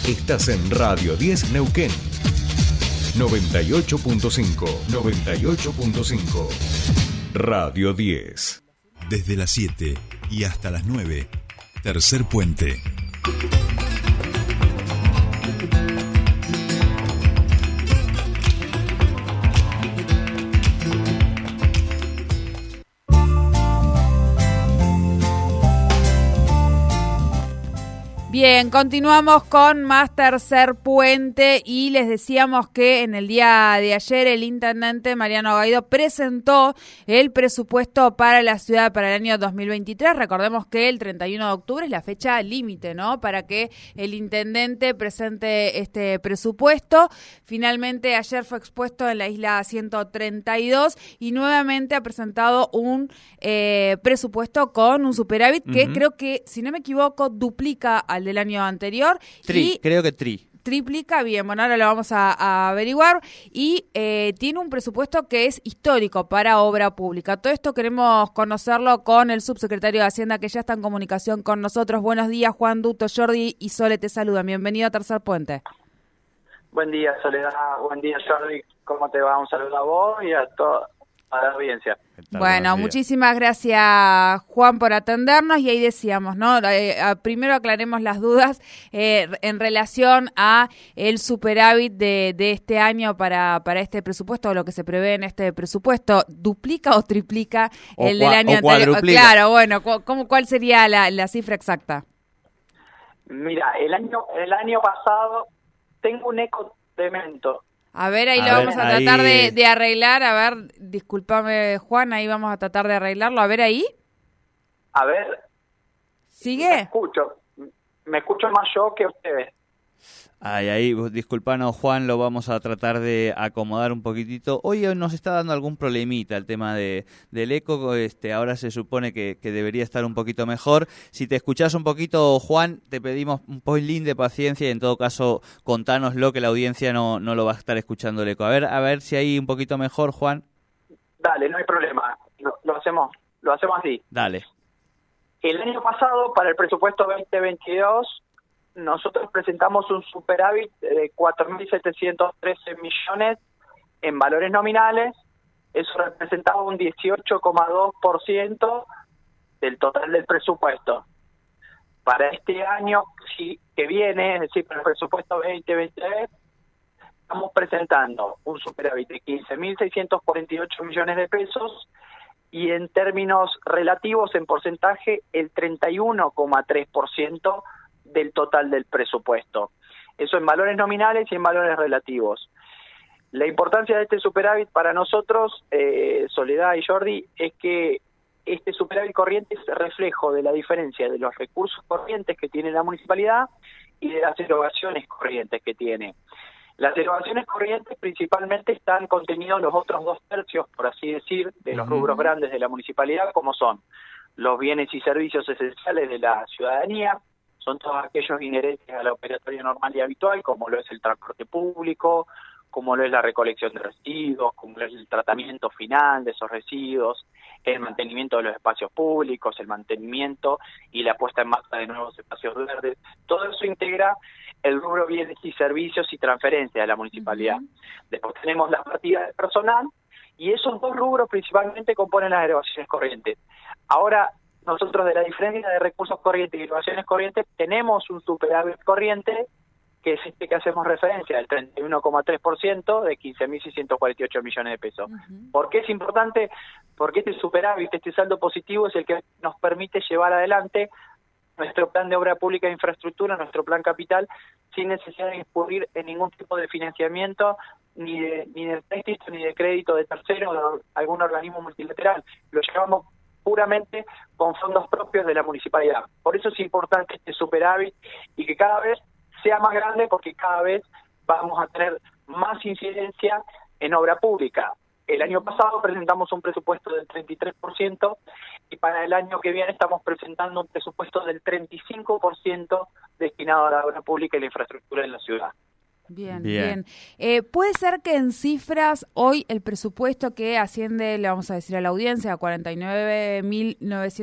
Estás en Radio 10 Neuquén. 98.5. 98.5. Radio 10. Desde las 7 y hasta las 9. Tercer puente. Bien, continuamos con más Tercer Puente y les decíamos que en el día de ayer el intendente Mariano Gaido presentó el presupuesto para la ciudad para el año 2023. Recordemos que el 31 de octubre es la fecha límite, ¿no?, para que el intendente presente este presupuesto. Finalmente ayer fue expuesto en la isla 132 y nuevamente ha presentado un presupuesto con un superávit que creo que, si no me equivoco, duplica al del año anterior. Creo que triplica, bien, bueno, ahora lo vamos a averiguar, y tiene un presupuesto que es histórico para obra pública. Todo esto queremos conocerlo con el subsecretario de Hacienda, que ya está en comunicación con nosotros. Buenos días, Juan Duto. Jordi y Sole te saludan. Bienvenido a Tercer Puente. Buen día, Soledad. Buen día, Jordi. ¿Cómo te va? Un saludo a vos y a toda la audiencia. Bueno, muchísimas gracias, Juan, por atendernos. Y ahí decíamos, ¿no? Primero aclaremos las dudas en relación a el superávit de este año para este presupuesto, o lo que se prevé en este presupuesto. ¿Duplica o triplica el del año anterior? Claro, bueno, ¿cuál sería la cifra exacta? Mira, el año pasado tengo un eco tremendo. A ver, ahí lo vamos a tratar de arreglar. A ver, discúlpame, Juan, ahí vamos a tratar de arreglarlo. A ver, ahí. A ver. ¿Sigue? Me escucho más yo que ustedes. Ahí, disculpanos, Juan, lo vamos a tratar de acomodar un poquitito. Hoy nos está dando algún problemita el tema del eco. Ahora se supone que debería estar un poquito mejor. Si te escuchás un poquito, Juan, te pedimos un poquilín de paciencia y en todo caso contánoslo, que la audiencia no lo va a estar escuchando el eco. A ver si hay un poquito mejor, Juan. Dale, no hay problema. Lo hacemos así. Dale. El año pasado, para el presupuesto 2022, nosotros presentamos un superávit de 4.713 millones en valores nominales. Eso representaba un 18,2% del total del presupuesto. Para este año que viene, es decir, para el presupuesto 2023, estamos presentando un superávit de 15.648 millones de pesos y en términos relativos, en porcentaje, el 31,3% del total del presupuesto. Eso en valores nominales y en valores relativos. La importancia de este superávit para nosotros, Soledad y Jordi, es que este superávit corriente es reflejo de la diferencia de los recursos corrientes que tiene la municipalidad y de las erogaciones corrientes que tiene. Las erogaciones corrientes principalmente están contenidos los otros 2/3, por así decir, de los rubros grandes de la municipalidad, como son los bienes y servicios esenciales de la ciudadanía. Son todos aquellos inherentes a la operatoria normal y habitual, como lo es el transporte público, como lo es la recolección de residuos, como lo es el tratamiento final de esos residuos, el mantenimiento de los espacios públicos, el mantenimiento y la puesta en marcha de nuevos espacios verdes. Todo eso integra el rubro bienes y servicios y transferencias de la municipalidad. Después tenemos la partida de personal, y esos dos rubros principalmente componen las erogaciones corrientes. Ahora, nosotros, de la diferencia de recursos corrientes y erogaciones corrientes, tenemos un superávit corriente, que es este que hacemos referencia, del 31,3% de 15.648 millones de pesos. ¿Por qué es importante? Porque este superávit, este saldo positivo, es el que nos permite llevar adelante nuestro plan de obra pública de infraestructura, nuestro plan capital, sin necesidad de incurrir en ningún tipo de financiamiento, ni de préstamo, ni de crédito de tercero o de algún organismo multilateral. Lo llevamos puramente con fondos propios de la municipalidad. Por eso es importante este superávit y que cada vez sea más grande, porque cada vez vamos a tener más incidencia en obra pública. El año pasado presentamos un presupuesto del 33% y para el año que viene estamos presentando un presupuesto del 35% destinado a la obra pública y la infraestructura en la ciudad. Bien. ¿Puede ser que en cifras hoy el presupuesto que asciende, le vamos a decir a la audiencia, a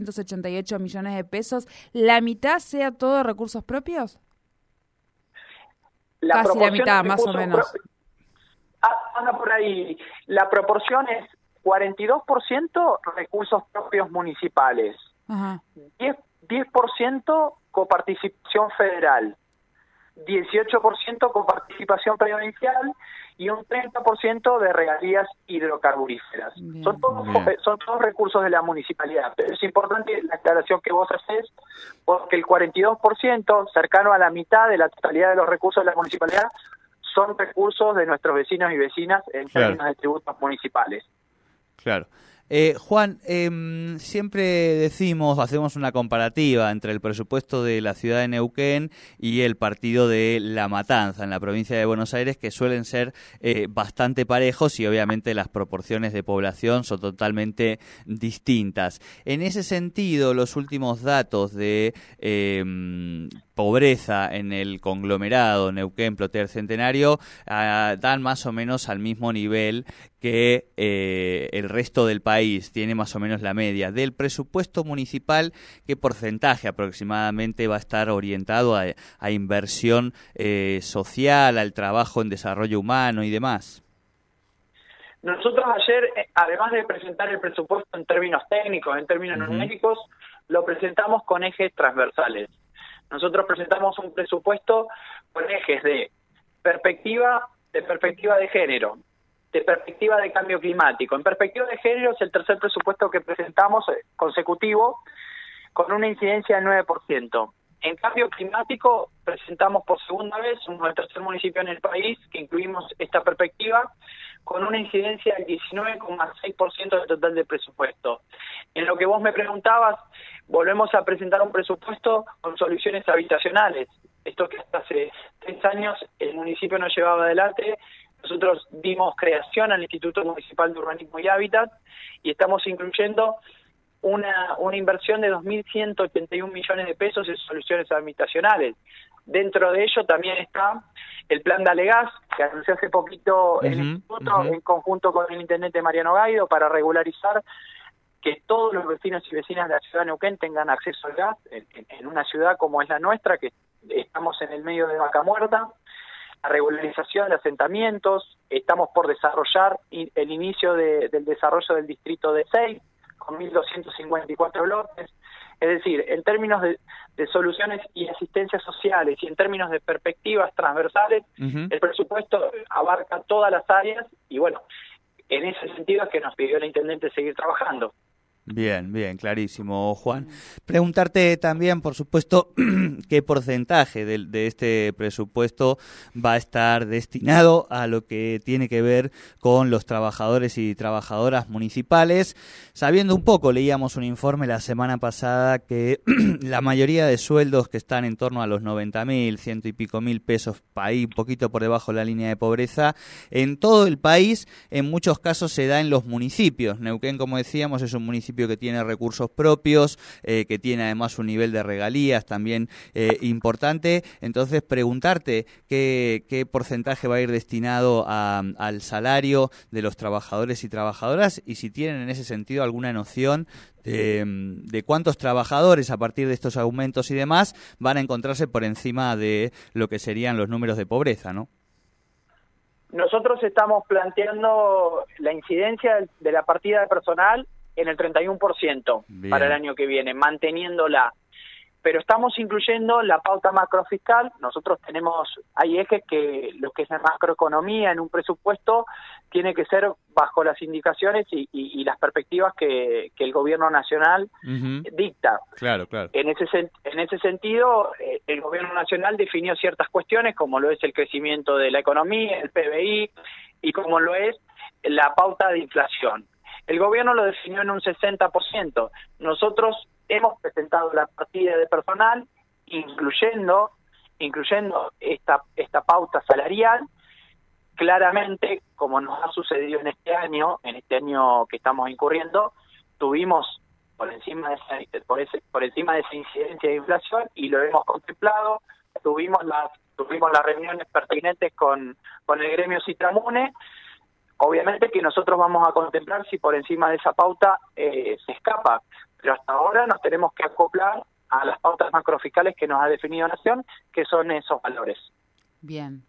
49.988 millones de pesos, la mitad sea todo recursos propios? Casi la mitad, más o menos. Anda por ahí. La proporción es 42% recursos propios municipales, Ajá. 10% coparticipación federal, 18% coparticipación provincial y un 30% de regalías hidrocarburíferas. Son todos recursos de la municipalidad, pero es importante la aclaración que vos haces, porque el 42%, cercano a la mitad de la totalidad de los recursos de la municipalidad, son recursos de nuestros vecinos y vecinas en términos de tributos municipales. Claro. Juan, siempre decimos, hacemos una comparativa entre el presupuesto de la ciudad de Neuquén y el partido de La Matanza en la provincia de Buenos Aires, que suelen ser bastante parejos y obviamente las proporciones de población son totalmente distintas. En ese sentido, los últimos datos de pobreza en el conglomerado Neuquén Plotier Centenario dan más o menos al mismo nivel que el resto del país, tiene más o menos la media. Del presupuesto municipal, ¿qué porcentaje aproximadamente va a estar orientado a inversión social, al trabajo en desarrollo humano y demás? Nosotros ayer, además de presentar el presupuesto en términos técnicos, en términos numéricos, lo presentamos con ejes transversales. Nosotros presentamos un presupuesto con ejes de perspectiva de género, de perspectiva de cambio climático. En perspectiva de género es el tercer presupuesto que presentamos consecutivo con una incidencia del 9%. En cambio climático presentamos por segunda vez, somos el tercer municipio en el país que incluimos esta perspectiva con una incidencia del 19,6% del total del presupuesto. En lo que vos me preguntabas, volvemos a presentar un presupuesto con soluciones habitacionales. Esto que hasta hace 3 años el municipio no llevaba adelante. Nosotros dimos creación al Instituto Municipal de Urbanismo y Hábitat y estamos incluyendo una inversión de 2.181 millones de pesos en soluciones habitacionales. Dentro de ello también está el plan de Alegas, que anunció hace poquito el Instituto en conjunto con el intendente Mariano Gaido para regularizar que todos los vecinos y vecinas de la ciudad de Neuquén tengan acceso al gas en una ciudad como es la nuestra, que estamos en el medio de Vaca Muerta. La regularización de asentamientos, estamos por desarrollar el inicio del desarrollo del distrito de 6 con 1.254 bloques. Es decir, en términos de soluciones y asistencias sociales y en términos de perspectivas transversales, el presupuesto abarca todas las áreas y bueno, en ese sentido es que nos pidió el intendente seguir trabajando. Bien, clarísimo, Juan. Preguntarte también, por supuesto, qué porcentaje de este presupuesto va a estar destinado a lo que tiene que ver con los trabajadores y trabajadoras municipales. Sabiendo un poco, leíamos un informe la semana pasada que la mayoría de sueldos que están en torno a los 90.000, 100 y pico mil pesos, ahí un poquito por debajo de la línea de pobreza, en todo el país, en muchos casos se da en los municipios. Neuquén, como decíamos, es un municipio que tiene recursos propios, que tiene además un nivel de regalías también importante. Entonces, preguntarte qué porcentaje va a ir destinado al salario de los trabajadores y trabajadoras y si tienen en ese sentido alguna noción de cuántos trabajadores a partir de estos aumentos y demás van a encontrarse por encima de lo que serían los números de pobreza, ¿no? Nosotros estamos planteando la incidencia de la partida de personal en el 31% para el año que viene, manteniéndola. Pero estamos incluyendo la pauta macrofiscal. Nosotros hay ejes que lo que es la macroeconomía en un presupuesto tiene que ser bajo las indicaciones y las perspectivas que el gobierno nacional dicta. Claro. En ese sentido, el gobierno nacional definió ciertas cuestiones, como lo es el crecimiento de la economía, el PBI, y como lo es la pauta de inflación. El gobierno lo definió en un 60%. Nosotros hemos presentado la partida de personal, incluyendo esta pauta salarial. Claramente, como nos ha sucedido en este año que estamos incurriendo, tuvimos por encima de esa incidencia de inflación y lo hemos contemplado. Tuvimos las reuniones pertinentes con el gremio Citramune. Obviamente que nosotros vamos a contemplar si por encima de esa pauta se escapa, pero hasta ahora nos tenemos que acoplar a las pautas macrofiscales que nos ha definido Nación, que son esos valores. Bien.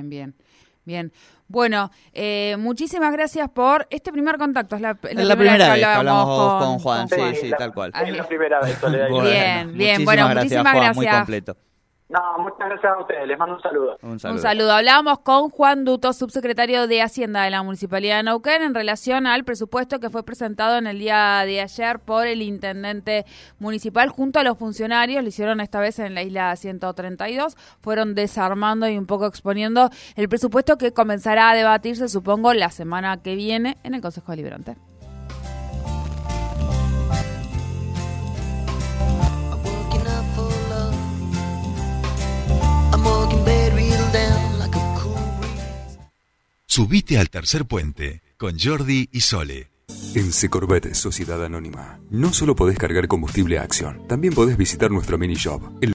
Bueno, muchísimas gracias por este primer contacto. Es la primera vez que hablamos con Juan. Sí, tal cual. Es la primera vez, Soledad. Bien. Bueno, muchísimas gracias. Muy completo. No, muchas gracias a ustedes. Les mando un saludo. Un saludo. Hablábamos con Juan Duto, subsecretario de Hacienda de la Municipalidad de Neuquén, en relación al presupuesto que fue presentado en el día de ayer por el intendente municipal junto a los funcionarios. Lo hicieron esta vez en la isla 132. Fueron desarmando y un poco exponiendo el presupuesto que comenzará a debatirse, supongo, la semana que viene en el Consejo Deliberante. Subite al tercer puente con Jordi y Sole. En Secorvet Sociedad Anónima no solo podés cargar combustible a Acción, también podés visitar nuestro mini shop.